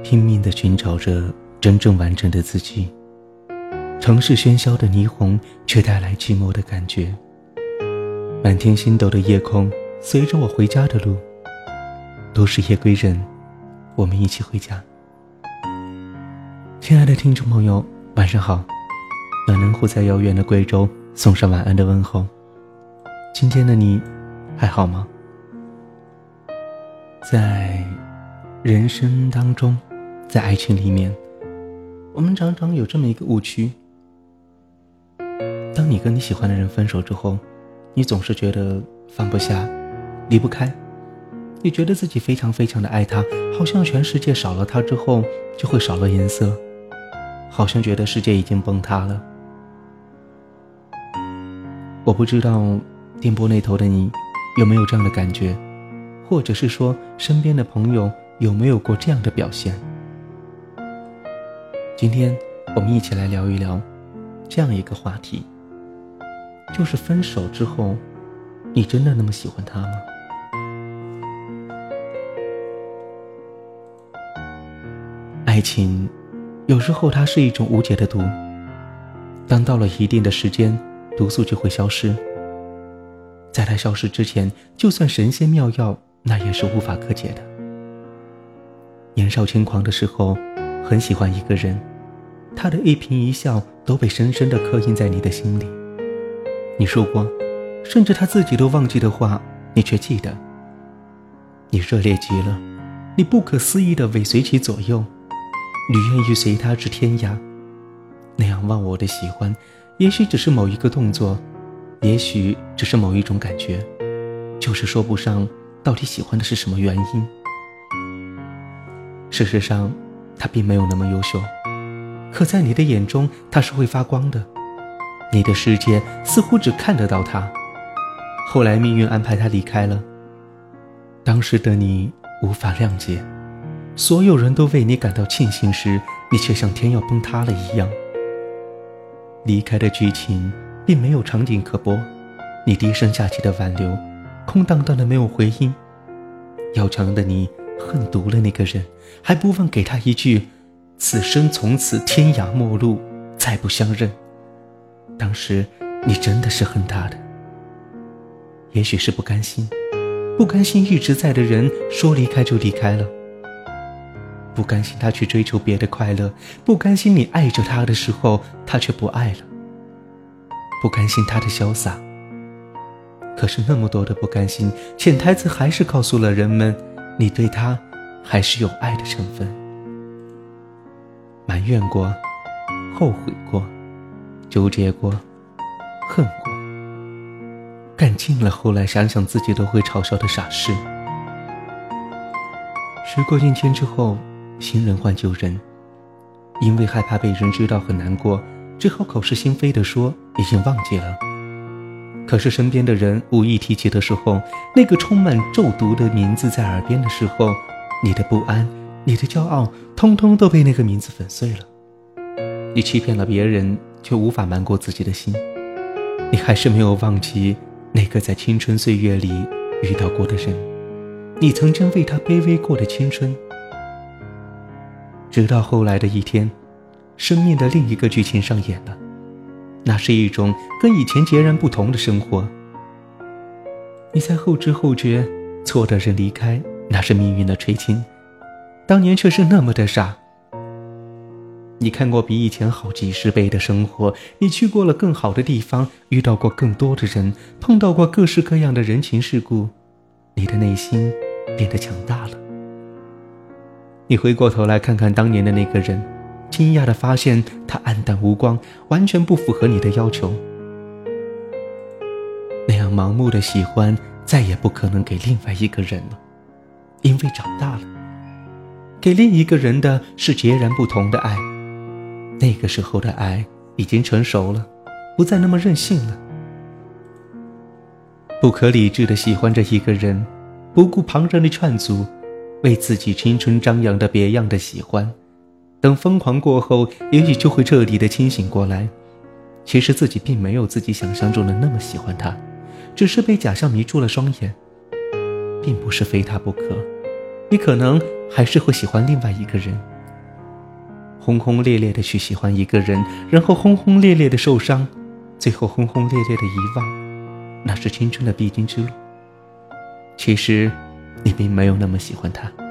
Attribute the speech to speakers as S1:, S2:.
S1: 拼命地寻找着真正完整的自己。城市喧嚣的霓虹却带来寂寞的感觉。满天星斗的夜空随着我回家的路，都是夜归人，我们一起回家。亲爱的听众朋友，晚上好，暖能户在遥远的贵州送上晚安的问候。今天的你还好吗？在人生当中，在爱情里面，我们常常有这么一个误区。当你跟你喜欢的人分手之后，你总是觉得放不下，离不开，你觉得自己非常非常的爱他，好像全世界少了他之后就会少了颜色，好像觉得世界已经崩塌了。我不知道电波那头的你有没有这样的感觉，或者是说身边的朋友有没有过这样的表现。今天我们一起来聊一聊这样一个话题，就是分手之后，你真的那么喜欢他吗？爱情有时候它是一种无解的毒，当到了一定的时间，毒素就会消失。在它消失之前，就算神仙妙药，那也是无法可解的。年少轻狂的时候，很喜欢一个人，他的一颦一笑都被深深地刻印在你的心里。你说过，甚至他自己都忘记的话，你却记得。你热烈极了，你不可思议地尾随其左右，你愿意随他至天涯。那样忘我的喜欢，也许只是某一个动作，也许只是某一种感觉，就是说不上到底喜欢的是什么原因。事实上，他并没有那么优秀，可在你的眼中，他是会发光的。你的世界似乎只看得到他。后来命运安排他离开了，当时的你无法谅解，所有人都为你感到庆幸时，你却像天要崩塌了一样。离开的剧情并没有场景可播，你低声下气的挽留，空荡荡的没有回音。要强的你恨毒了那个人，还不忘给他一句此生从此天涯陌路，再不相认。当时你真的是恨他的，也许是不甘心，不甘心一直在的人说离开就离开了，不甘心他去追求别的快乐，不甘心你爱着他的时候他却不爱了，不甘心他的潇洒。可是那么多的不甘心，潜台词还是告诉了人们，你对他还是有爱的成分。埋怨过，后悔过，纠结过，恨过，干尽了后来想想自己都会嘲笑的傻事。时过境迁之后，新人换旧人，因为害怕被人知道很难过，只好口是心非地说已经忘记了。可是身边的人无意提起的时候，那个充满咒毒的名字在耳边的时候，你的不安，你的骄傲，通通都被那个名字粉碎了。你欺骗了别人，却无法瞒过自己的心。你还是没有忘记那个在青春岁月里遇到过的人，你曾经为他卑微过的青春。直到后来的一天，生命的另一个剧情上演了，那是一种跟以前截然不同的生活。你才后知后觉，错的人离开，那是命运的垂青，当年却是那么的傻。你看过比以前好几十倍的生活，你去过了更好的地方，遇到过更多的人，碰到过各式各样的人情世故，你的内心变得强大了。你回过头来看看当年的那个人，惊讶地发现他黯淡无光，完全不符合你的要求。那样盲目的喜欢再也不可能给另外一个人了，因为长大了，给另一个人的是截然不同的爱。那个时候的爱已经成熟了，不再那么任性了。不可理智地喜欢着一个人，不顾旁人的劝阻，为自己青春张扬的别样的喜欢。等疯狂过后，也许就会彻底的清醒过来，其实自己并没有自己想象中的那么喜欢他，只是被假象迷住了双眼，并不是非他不可。你可能还是会喜欢另外一个人， 轰轰烈烈的去喜欢一个人，然后轰轰烈烈的受伤，最后轰轰烈烈的遗忘，那是青春的必经之路。其实你并没有那么喜欢他，